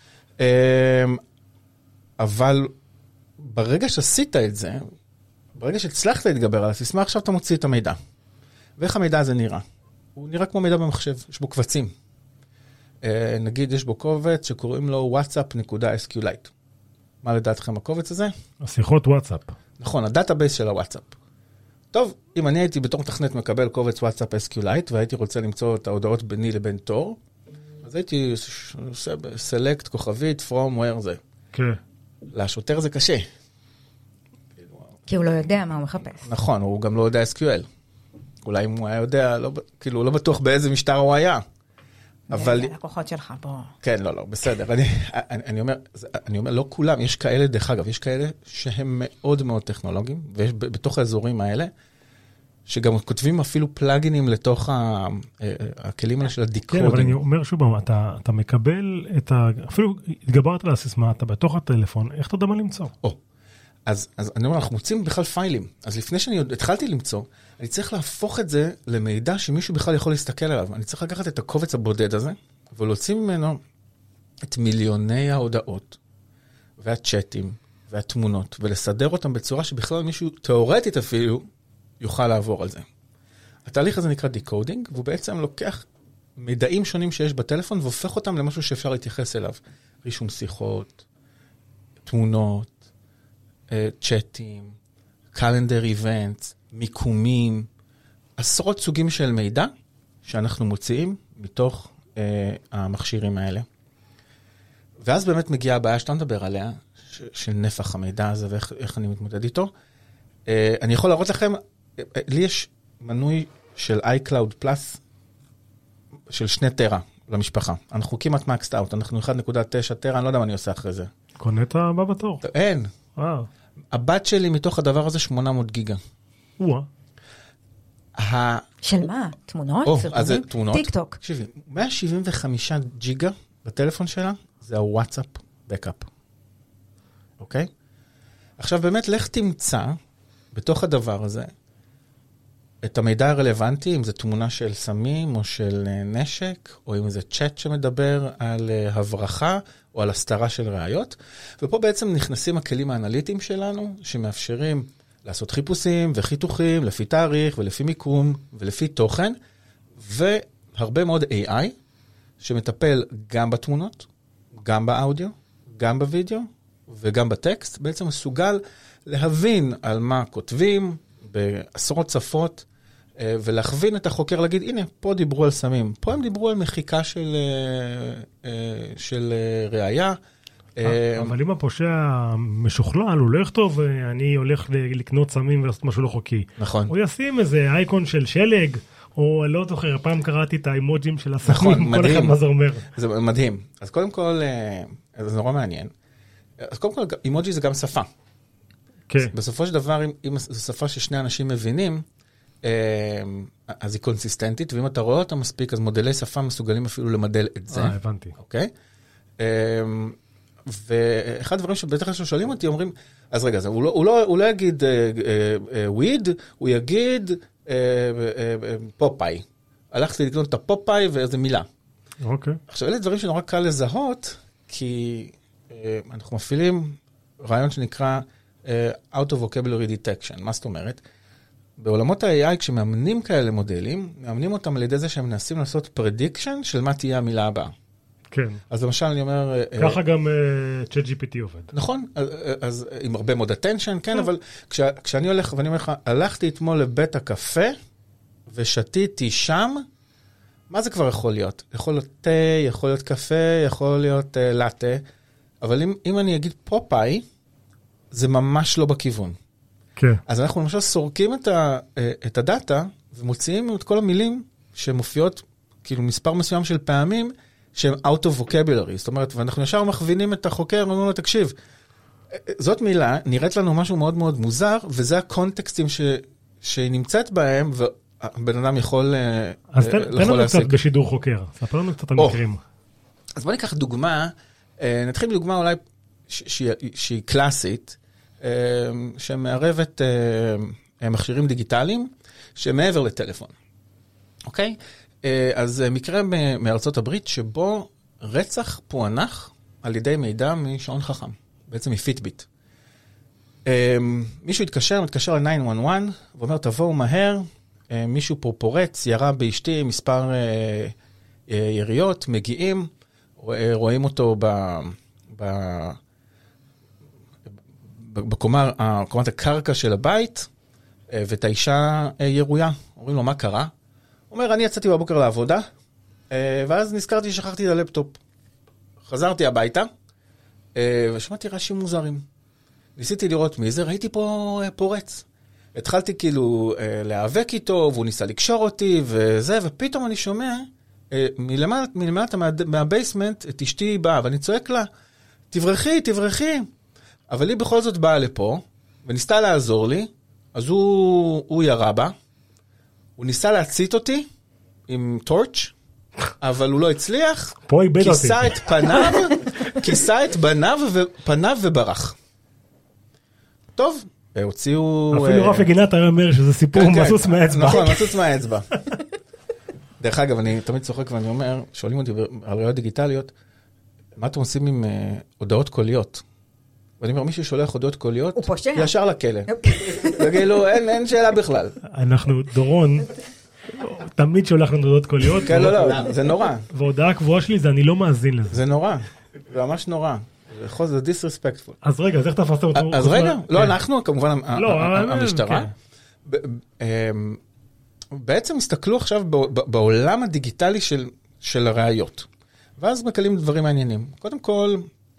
אבל ברגע שעשית את זה, ברגע שהצלחת להתגבר על הסיסמה, עכשיו אתה מוציא את המידע. ואיך המידע הזה נראה? הוא נראה כמו מידע במחשב, יש בו קבצים. נגיד, יש בו קובץ שקוראים לו וואטסאפ נקודה אס קיו לייט. מה לדעתכם הקובץ הזה? השיחות וואטסאפ. נכון, הדאטאבייס של הוואטסאפ. טוב, אם אני הייתי בתור תכנת מקבל קובץ וואטסאפ אס קיו לייט, והייתי רוצה למצוא את ההודעות ביני לבין תור, אז הייתי עושה סלקט, כוכבית, from, where זה. כן. לשוטר זה קשה. כי הוא לא יודע מה הוא מחפש. נכון, הוא גם לא יודע אס קיו אל. אולי אם הוא היה יודע, לא, כאילו, לא בטוח באיזה משטר הוא היה. אבל... זה הלקוחות שלך פה. כן, לא, לא, בסדר. אני, אני, אני אומר, אני אומר, לא כולם, יש כאלה, דרך אגב, יש כאלה שהם מאוד מאוד טכנולוגיים, ויש בתוך האזורים האלה, שגם כותבים אפילו פלאגינים לתוך הכלים האלה של הדיקודים. כן, אבל אני אומר שוב, אתה, אתה מקבל את ה... אפילו התגברת על הסיסמה, אתה בתוך הטלפון, איך אתה יודע מה למצוא? או, אז, אז אני אומר, אנחנו מוצאים בכלל פיילים. אז לפני שאני התחלתי למצוא, אני צריך להפוך את זה למידע שמישהו בכלל יכול להסתכל עליו. אני צריך לקחת את הקובץ הבודד הזה, ולהוציא ממנו את מיליוני ההודעות, והצ'אטים, והתמונות, ולסדר אותם בצורה שבכלל מישהו, תיאורטית אפילו, יוכל לעבור על זה. התהליך הזה נקרא דיקודינג, והוא בעצם לוקח מידעים שונים שיש בטלפון, והופך אותם למשהו שאפשר להתייחס אליו. רישום שיחות, תמונות, צ'אטים, קלנדר איבנטס, מיקומים, עשרות סוגים של מידע שאנחנו מוציאים מתוך אה, המכשירים האלה. ואז באמת מגיעה הבעיה שאתה מדבר עליה, ש- של נפח המידע הזה ואיך איך אני מתמודד איתו. אה, אני יכול להראות לכם, אה, לי יש מנוי של iCloud Plus של שני טרה למשפחה. אנחנו כמעט מקסט אאוט, אנחנו אחת נקודה תשע טרה, אני לא יודע מה אני עושה אחרי זה. קונה את הבא בתור. אין. וואו. הבת שלי מתוך הדבר הזה שמונה מאות גיגה. וואה. של מה? תמונות? או, אז זה תמונות. טיק טוק. תקשיבי, מאה שבעים וחמישה ג'יגה בטלפון שלה, זה הוואטסאפ בקאפ. אוקיי? עכשיו באמת, לך תמצא בתוך הדבר הזה את המידע הרלוונטי, אם זה תמונה של סמים או של נשק, או אם זה צ'אט שמדבר על הברחה או על הסתרה של ראיות. ופה בעצם נכנסים הכלים האנליטיים שלנו, שמאפשרים לעשות חיפושים וחיתוכים לפי תאריך ולפי מיקום ולפי תוכן, והרבה מאוד איי איי שמטפל גם בתמונות, גם באודיו, גם בווידאו וגם בטקסט, בעצם מסוגל להבין על מה כותבים בעשרות שפות, ולהכווין את החוקר להגיד, הנה, פה דיברו על סמים, פה הם דיברו על מחיקה של, של ראייה. אבל אם הפושע משוכלל, הוא לא יכתוב, אני הולך לקנות סמים ולעשות משהו לא חוקי. נכון. הוא ישים איזה אייקון של שלג, או לא זוכר, פעם קראתי את האימוג'ים של הסמים, כל אחד מה זה אומר. זה מדהים. אז קודם כל, זה נורא מעניין. אז קודם כל, אימוג'י זה גם שפה. כן. בסופו של דבר, אם זו שפה ששני אנשים מבינים, אז היא קונסיסטנטית, ואם אתה רואה אותה מספיק, אז מודלי שפה מסוגלים אפילו למדל את זה. אה, הבנתי. אוקיי? ואחד הדברים שבטח שואלים אותי, אומרים, אז רגע, הוא לא, הוא לא, הוא לא יגיד וויד, הוא יגיד פופאי. הלכתי לקנות את הפופאי ואיזו מילה. אוקיי. עכשיו, אלה דברים שנורא קל לזהות, כי אנחנו מפעילים רעיון שנקרא Out of Vocabulary Detection. מה זאת אומרת? בעולמות ה-איי איי, כשמאמנים כאלה מודלים, מאמנים אותם על ידי זה שהם מנסים לעשות prediction של מה תהיה המילה הבאה. כן. אז למשל אני אומר... ככה גם צ'אט ג'י פי טי עובד. נכון, אז עם הרבה מאוד attention, כן, אבל כשאני הולך ואני אומר לך, הלכתי אתמול לבית הקפה ושתיתי שם, מה זה כבר יכול להיות? יכול להיות תה, יכול להיות קפה, יכול להיות לטה, אבל אם אני אגיד פופאי, זה ממש לא בכיוון. כן. אז אנחנו למשל סורקים את, ה, את הדאטה, ומוציאים את כל המילים שמופיעות, כאילו מספר מסוים של פעמים, שהם out of vocabulary. זאת אומרת, ואנחנו ישר מכווינים את החוקר, ואומרים לו, תקשיב, זאת מילה, נראית לנו משהו מאוד מאוד מוזר, וזה הקונטקסטים ש, שהיא נמצאת בהם, והבן אדם יכול אז תן לנו קצת בשידור חוקר, ספר לנו קצת המקרים. אז בוא ניקח דוגמה, נתחיל בדוגמה אולי שהיא, שהיא קלאסית, שמערבת מכשירים דיגיטליים, שמעבר לטלפון. אוקיי? אז מקרה מארצות הברית, שבו רצח פוענח על ידי מידע משעון חכם, בעצם מפיטביט. מישהו התקשר, מתקשר ל-תשע אחת אחת, ואומר, תבואו מהר, מישהו פה פורץ, ירה באשתי מספר יריות, מגיעים, רואים אותו ב... ב... בקומה, קומת הקרקע של הבית, ואת האישה ירויה. אומרים לו, מה קרה? הוא אומר, אני יצאתי בבוקר לעבודה, ואז נזכרתי ששכחתי את הלפטופ. חזרתי הביתה, ושמעתי רעשים מוזרים. ניסיתי לראות מי זה, ראיתי פה פורץ. התחלתי כאילו להיאבק איתו, והוא ניסה לקשור אותי, וזה, ופתאום אני שומע, מלמטה, מלמטה מהבייסמנט, את אשתי באה, ואני צועק לה, תברכי, תברכי. אבל היא בכל זאת באה לפה, וניסתה לעזור לי, אז הוא, הוא ירה בה, הוא ניסה להצית אותי עם טורץ', אבל הוא לא הצליח, כיסה את פניו, כיסה את פניו, ופניו וברח. טוב, הוציאו... אפילו רפי גינת היה אומר שזה סיפור מצוץ מהאצבע. נכון, מצוץ מהאצבע. דרך אגב, אני תמיד צוחק ואני אומר, שואלים אותי על ראיות דיגיטליות, מה אתם עושים עם הודעות קוליות? ואני אומר, מי ששולח הודעות קוליות, הוא פושע. ישר לכלא. תגידו, אין, אין שאלה בכלל. אנחנו, דורון, תמיד שולח לנו הודעות קוליות. כן, לא, לא, זה נורא. וההודעה הקבועה שלי זה אני לא מאזין לזה. זה נורא, זה ממש נורא. זה disrespectful. אז רגע, אז איך תפסת אותו? אז רגע, לא, אנחנו, כמובן, המשטרה. בעצם הסתכלו עכשיו בעולם הדיגיטלי של הראיות. ואז מקלים דברים מעניינים. קודם כל,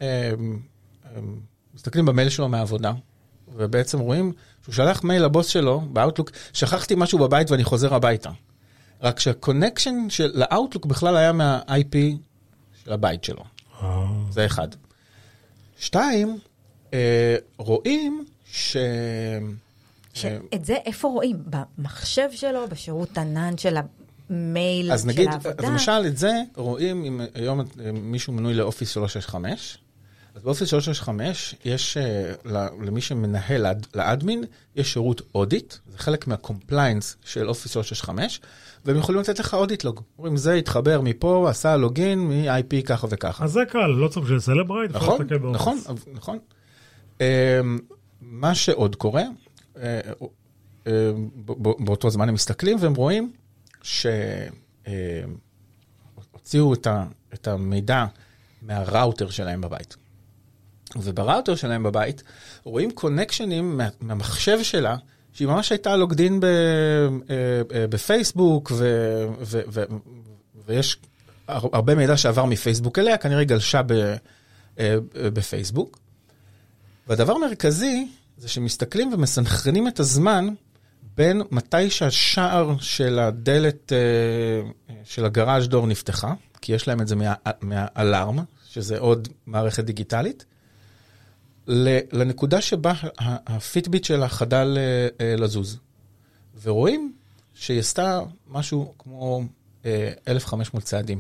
מסתכלים במייל שלו מהעבודה, ובעצם רואים שהוא שלח מייל לבוס שלו, באוטלוק, שכחתי משהו בבית ואני חוזר הביתה. רק שהקונקשן של האוטלוק בכלל היה מה-איי פי של הבית שלו. זה אחד. שתיים, רואים ש... את זה איפה רואים? במחשב שלו, בשירות ענן של המייל של העבודה? אז נגיד, אז למשל את זה רואים אם היום מישהו מנוי לאופיס שלוש שש חמש, אז באופיס שלוש שש חמש יש, למי שמנהל, לאדמין, יש שירות אודיט, זה חלק מהקומפליינס של אופיס שלוש שש חמש, והם יכולים לתת לך אודיט לוג. אומרים, זה התחבר מפה, עשה לוגין מ-איי פי ככה וככה. אז זה קל, לא צריך של סלברייט. נכון, נכון, נכון. מה שעוד קורה, באותו זמן הם מסתכלים, והם רואים שהוציאו את המידע מהראוטר שלהם בבית. ובראוטר שלהם בבית, רואים קונקשנים מהמחשב שלה, שהיא ממש הייתה לוגדין בפייסבוק, ויש הרבה מידע שעבר מפייסבוק אליה, כנראה גלשה בפייסבוק. והדבר המרכזי, זה שמסתכלים ומסנכרנים את הזמן, בין מתי שהשער של הדלת של הגראז' דור נפתחה, כי יש להם את זה מהאלארם, שזה עוד מערכת דיגיטלית, לנקודה שבה הפיטביט שלה חדל לזוז. ורואים שהיא עשתה משהו כמו אלף וחמש מאות צעדים.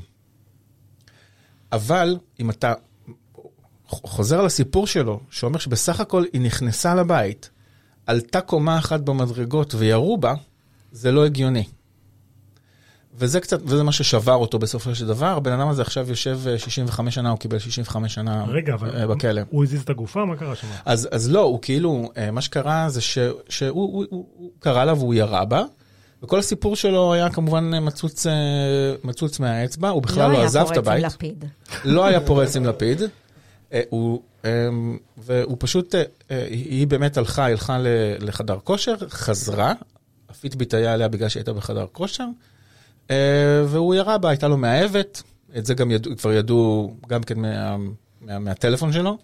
אבל אם אתה חוזר לסיפור שלו, שאומר שבסך הכל היא נכנסה לבית, עלתה קומה אחת במדרגות וירו בה, זה לא הגיוני. וזה קצת, וזה מה ששבר אותו בסופו של דבר. הבן אדם הזה עכשיו יושב שישים וחמש שנה, הוא קיבל שישים וחמש שנה רגע, אבל בכלא. הוא הזיז את הגופה? מה קרה שם? אז, אז לא, הוא כאילו, מה שקרה זה ש, שהוא הוא, הוא, הוא קרא לה והוא ירה בה, וכל הסיפור שלו היה כמובן מצוץ, מצוץ מהאצבע, הוא בכלל לא, לא עזב את הבית. לא היה פורץ עם לפיד. לא היה פורץ עם לפיד. הוא, והוא פשוט, היא באמת הלכה, הלכה לחדר כושר, חזרה, הפיטביט היה עליה בגלל שהייתה בחדר כושר, והוא ירה בה, הייתה לו מאהבת, את זה גם ידעו, כבר ידעו גם כן מה, מה, מהטלפון שלו.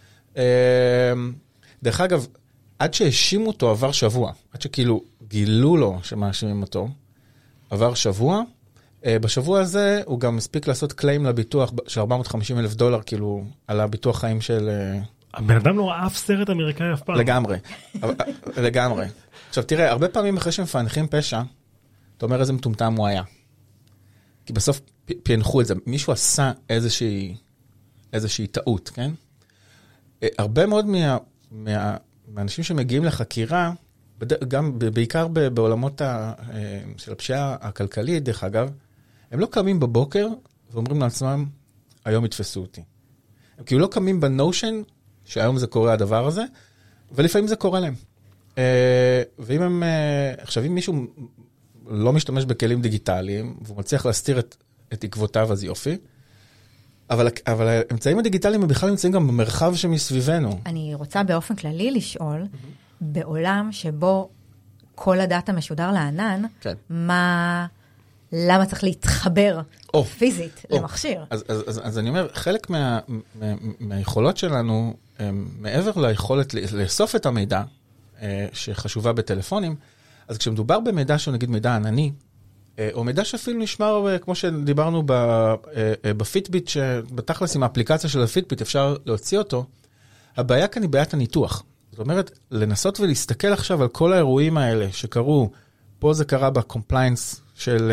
דרך אגב, עד שהאשימו אותו עבר שבוע, עד שכאילו גילו לו שמאשימים אותו, עבר שבוע, בשבוע הזה הוא גם הספיק לעשות קליים לביטוח של ארבע מאות וחמישים אלף דולר, כאילו על הביטוח חיים של... הבן אדם לא ראה אף סרט אמריקאי אף פעם. לגמרי, לגמרי. עכשיו תראה, הרבה פעמים אחרי שמפענחים פשע, אתה אומר איזה מטומטם הוא היה. כי בסוף פענחו את זה, מישהו עשה איזושהי, איזושהי טעות, כן? הרבה מאוד מה, מה, מהאנשים שמגיעים לחקירה, גם בעיקר בעולמות של הפשיעה הכלכלית, דרך אגב, הם לא קמים בבוקר ואומרים לעצמם, היום יתפסו אותי. הם כאילו לא קמים בנושן, שהיום זה קורה הדבר הזה, ולפעמים זה קורה להם. ואם הם, עכשיו אם מישהו לא משתמש בכלים דיגיטליים, והוא מצליח להסתיר את, את עקבותיו, אז יופי, אבל, אבל האמצעים הדיגיטליים הם בכלל נמצאים גם במרחב שמסביבנו. אני רוצה באופן כללי לשאול, mm-hmm. בעולם שבו כל הדאטה משודר לענן, כן. מה, למה צריך להתחבר oh. פיזית oh. למכשיר? אז, אז, אז, אז אני אומר, חלק מה, מה, מהיכולות שלנו, מעבר ליכולת לאסוף את המידע, שחשובה בטלפונים, אז כשמדובר במידע שהוא נגיד מידע ענני, או מידע שאפילו נשמר, כמו שדיברנו בפיטביט, שבתכלס עם האפליקציה של הפיטביט אפשר להוציא אותו, הבעיה כאן היא בעיית הניתוח. זאת אומרת, לנסות ולהסתכל עכשיו על כל האירועים האלה שקרו, פה זה קרה בקומפליינס של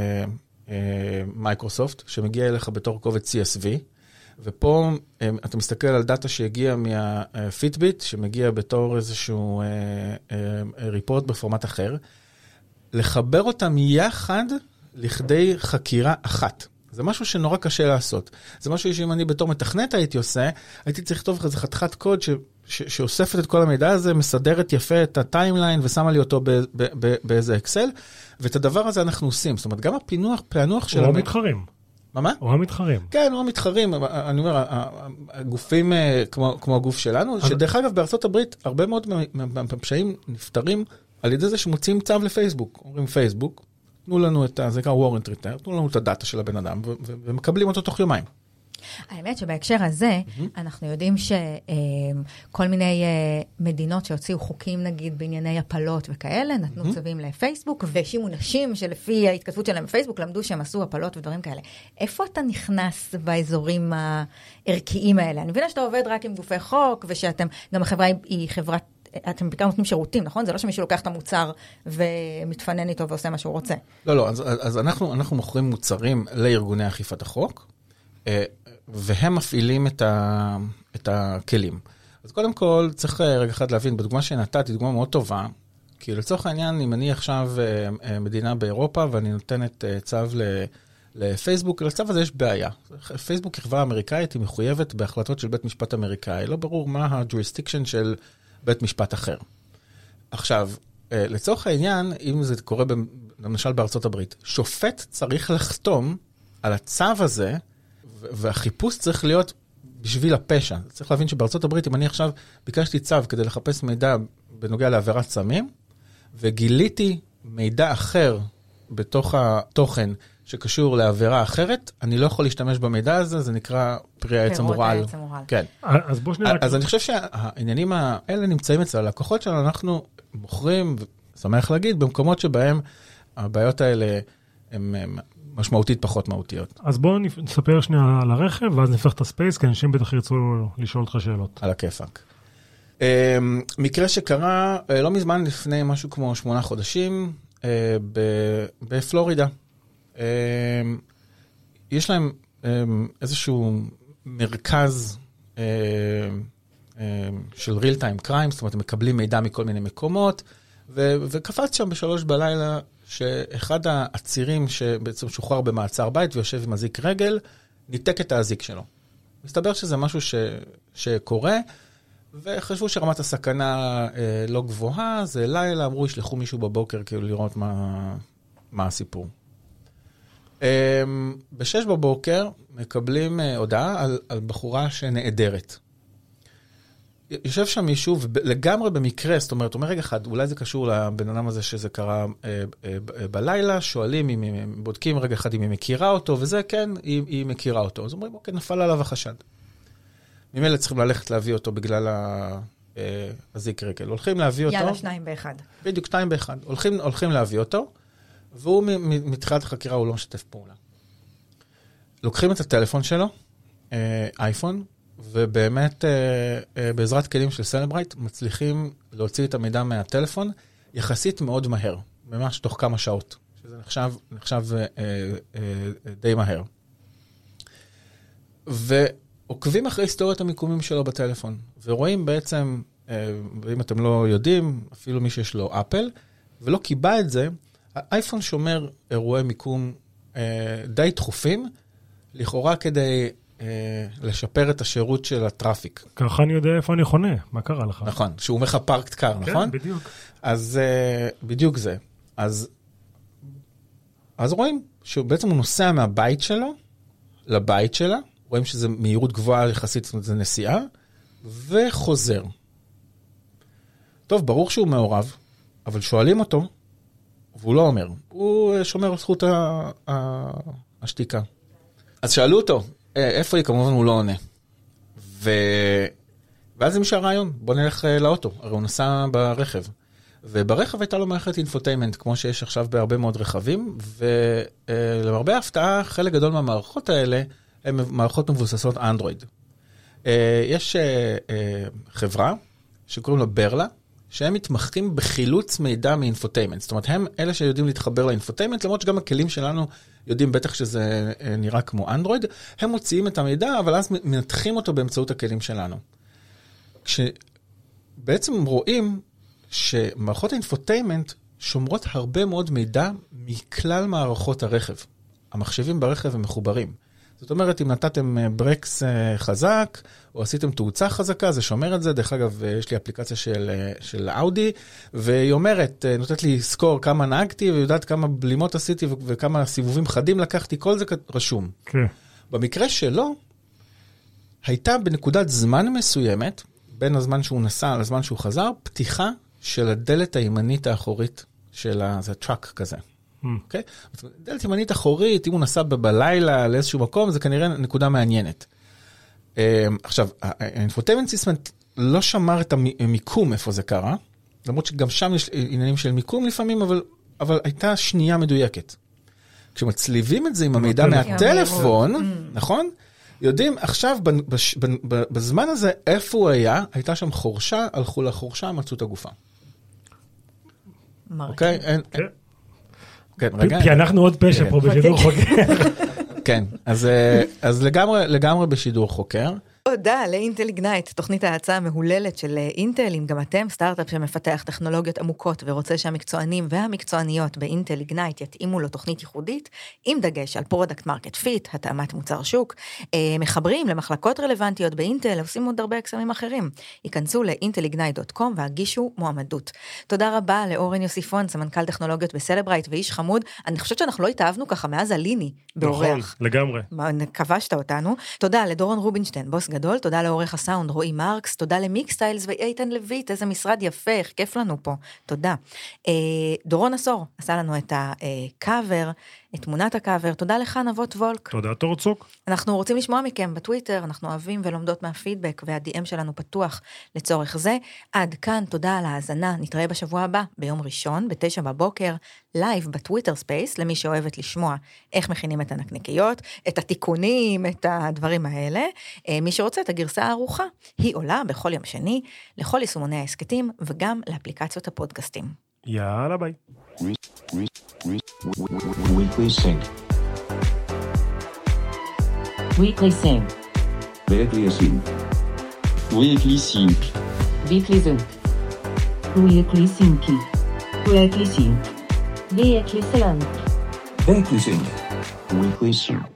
מייקרוסופט, שמגיע אליך בתור קובץ סי אס וי, ופה אתה מסתכל על דאטה שהגיע מהפיטביט, שמגיע בתור איזשהו ריפורט בפורמט אחר, לחבר אותם יחד לכדי חקירה אחת. זה משהו שנורא קשה לעשות. זה משהו שאם אני בתור מתכנת הייתי עושה, הייתי צריך לכתוב איזה חתיכת קוד ש, ש, שאוספת את כל המידע הזה, מסדרת יפה את הטיימליין ושמה לי אותו ב, ב, ב, באיזה אקסל, ואת הדבר הזה אנחנו עושים. זאת אומרת, גם הפינוח, פענוח של... או המתחרים. מה מה? או המתחרים. כן, או המתחרים. אני אומר, הגופים כמו, כמו הגוף שלנו, שדרך אגב בארצות הברית, הרבה מאוד מהפשעים נפטרים על ידי זה שמוצאים צו לפייסבוק. אומרים פייסבוק, תנו לנו את, זה נקרא warrant return, תנו לנו את הדאטה של הבן אדם, ומקבלים אותו תוך יומיים. האמת שבהקשר הזה, אנחנו יודעים שכל מיני מדינות שהוציאו חוקים, נגיד, בענייני הפלות וכאלה, נתנו צווים לפייסבוק, והאשימו נשים שלפי ההתכתבות שלהם בפייסבוק, למדו שהם עשו הפלות ודברים כאלה. איפה אתה נכנס באזורים הערכיים האלה? אני מבינה שאתה עובד רק עם גופי חוק, ושאתם, גם החברה היא חברת, אתם בעיקר נותנים שירותים, נכון? זה לא שמישהו לוקח את המוצר ומתפנן איתו ועושה מה שהוא רוצה. לא, לא, אז, אז אנחנו, אנחנו מוכרים מוצרים לארגוני אכיפת החוק, והם מפעילים את, ה, את הכלים. אז קודם כל, צריך רגע אחד להבין, בדוגמה שנתתי, דוגמה מאוד טובה, כי לצורך העניין, אם אני עכשיו מדינה באירופה, ואני נותנת צו לפייסבוק, לצו הזה יש בעיה. פייסבוק כחברה אמריקאית, היא מחויבת בהחלטות של בית משפט אמריקאי. לא ברור מה הג'וריסטיקשן של בית משפט אחר. עכשיו, לצורך העניין, אם זה קורה למשל בארצות הברית, שופט צריך לחתום על הצו הזה, והחיפוש צריך להיות בשביל הפשע. צריך להבין שבארצות הברית, אם אני עכשיו ביקשתי צו כדי לחפש מידע בנוגע לעבירת סמים, וגיליתי מידע אחר בתוך התוכן שקשור לעבירה אחרת, אני לא יכול להשתמש במידע הזה, זה נקרא פרי העץ המורעל. כן. אז בוא שנייה. אז אני חושב שהעניינים האלה נמצאים אצל הלקוחות שלנו, אנחנו מוכרים, שמח להגיד, במקומות שבהם הבעיות האלה הן משמעותית פחות מהותיות. אז בואו נספר שנייה על הרכב, ואז נפתח את הספייס, כי אנשים בטח ירצו לשאול אותך שאלות. על הכיפק. מקרה שקרה לא מזמן לפני משהו כמו שמונה חודשים, בפלורידה. יש להם איזשהו מרכז של real time crime, זאת אומרת, הם מקבלים מידע מכל מיני מקומות, וקפץ שם בשלוש בלילה, שאחד העצירים שבעצם שוחרר במעצר בית ויושב עם הזיק רגל, ניתק את האזיק שלו. מסתבר שזה משהו ש, שקורה, וחשבו שרמת הסכנה אה, לא גבוהה, זה לילה, אמרו, ישלחו מישהו בבוקר כאילו לראות מה, מה הסיפור. אה, בשש בבוקר מקבלים אה, הודעה על, על בחורה שנעדרת. יושב שם מישהו, ולגמרי במקרה, זאת אומרת, אומר רגע אחד, אולי זה קשור לבן אדם הזה שזה קרה אה, אה, בלילה, שואלים אם הם בודקים רגע אחד אם היא מכירה אותו, וזה כן, היא, היא מכירה אותו. אז אומרים, אוקיי, נפל עליו החשד. ממילא צריכים ללכת להביא אותו בגלל הזיק רגל. הולכים להביא אותו. יאללה, שניים באחד. בדיוק, שניים באחד. הולכים, הולכים להביא אותו, והוא מתחילת החקירה, הוא לא משתף פעולה. לוקחים את הטלפון שלו, אייפון, ובאמת בעזרת כלים של סלברייט מצליחים להוציא את המידע מהטלפון יחסית מאוד מהר, ממש תוך כמה שעות, שזה נחשב, נחשב די מהר. ועוקבים אחרי היסטוריית המיקומים שלו בטלפון, ורואים בעצם, ואם אתם לא יודעים, אפילו מי שיש לו אפל, ולא קיבע את זה, האייפון שומר אירועי מיקום די דחופים, לכאורה כדי לשפר את השירות של הטראפיק. ככה אני יודע איפה אני חונה, מה קרה לך? נכון, שהוא אומר לך פארקט קאר, נכון? כן, בדיוק. אז בדיוק זה. אז, אז רואים שבעצם הוא נוסע מהבית שלו לבית שלה, רואים שזה מהירות גבוהה יחסית, זאת אומרת, זה נסיעה, וחוזר. טוב, ברור שהוא מעורב, אבל שואלים אותו, והוא לא אומר. הוא שומר על זכות השתיקה. אז שאלו אותו, איפה היא? כמובן הוא לא עונה. ו... ואז זה משל הרעיון, בוא נלך לאוטו, הרי הוא נסע ברכב. וברכב הייתה לו מערכת אינפוטיימנט, כמו שיש עכשיו בהרבה מאוד רכבים, ולמרבה ההפתעה, חלק גדול מהמערכות האלה, הן מערכות מבוססות אנדרואיד. יש חברה שקוראים לה ברלה, שהם מתמחים בחילוץ מידע מאינפוטיימנט. זאת אומרת, הם אלה שיודעים להתחבר לאינפוטיימנט, למרות שגם הכלים שלנו יודעים בטח שזה נראה כמו אנדרואיד, הם מוציאים את המידע, אבל אז מנתחים אותו באמצעות הכלים שלנו. כשבעצם רואים שמערכות האינפוטיימנט שומרות הרבה מאוד מידע מכלל מערכות הרכב. המחשבים ברכב הם מחוברים. זאת אומרת, אם נתתם ברקס חזק, או עשיתם תאוצה חזקה, זה שומר את זה. דרך אגב, יש לי אפליקציה של, של אאודי, והיא אומרת, נותנת לי סקור כמה נהגתי, ויודעת כמה בלימות עשיתי, וכמה סיבובים חדים לקחתי, כל זה רשום. Okay. במקרה שלו, הייתה בנקודת זמן מסוימת, בין הזמן שהוא נסע לזמן שהוא חזר, פתיחה של הדלת הימנית האחורית של זה טראק כזה. אוקיי? דלת ימנית אחורית, אם הוא נסע בלילה לאיזשהו מקום, זה כנראה נקודה מעניינת. עכשיו, האינפוטיימנט סיסטם לא שמר את המיקום איפה זה קרה, למרות שגם שם יש עניינים של מיקום לפעמים, אבל, אבל הייתה שנייה מדויקת. כשמצליבים את זה עם המידע מהטלפון, נכון? יודעים עכשיו, בזמן הזה, איפה הוא היה, הייתה שם חורשה, הלכו לחורשה, מצאו את הגופה. אוקיי? כן, רגע. כי אנחנו עוד פשע פה בשידור חוקר. כן, אז לגמרי בשידור חוקר. תודה לאינטל איגנייט, תוכנית ההצעה המהוללת של אינטל, אם גם אתם סטארט-אפ שמפתח טכנולוגיות עמוקות ורוצה שהמקצוענים והמקצועניות באינטל איגנייט יתאימו לו תוכנית ייחודית, עם דגש על פרודקט מרקט פיט, התאמת מוצר שוק, מחברים למחלקות רלוונטיות באינטל, עושים עוד הרבה קסמים אחרים. ייכנסו ל-אינטל איגנייט דוט קום והגישו מועמדות. תודה רבה לאורן יוסיפון, סמנכ"ל טכנולוגיות בסלברייט ואיש חמוד. אני חושבת שאנחנו לא התאהבנו ככה מאז הליני באורח. נכון, לגמרי. כבשת אותנו. תודה לדורון רובינשטיין, בוס גדול, תודה לעורך הסאונד רועי מרקס, תודה למיקסטיילס ואיתן לויט, איזה משרד יפה, איך כיף לנו פה, תודה. דורון עשור עשה לנו את הקאבר, את תמונת הקאבר, תודה לך נבות וולק. תודה תורצוק. אנחנו רוצים לשמוע מכם בטוויטר, אנחנו אוהבים ולומדות מהפידבק, וה-די אם שלנו פתוח לצורך זה. עד כאן, תודה על ההאזנה, נתראה בשבוע הבא, ביום ראשון, בתשע בבוקר, לייב בטוויטר ספייס, למי שאוהבת לשמוע איך מכינים את הנקניקיות, את התיקונים, את הדברים האלה. מי שרוצה את הגרסה הארוכה, היא עולה בכל יום שני, לכל יישומוני העסקתים, וגם לאפליקציות הפודקאסטים. יאללה ביי. Weekly Sync. Weekly Sync. Weekly Sync. Weekly Sync. Weekly Sync. Weekly Sync. Weekly Sync. Weekly Sync. Weekly Sync. Weekly Sync.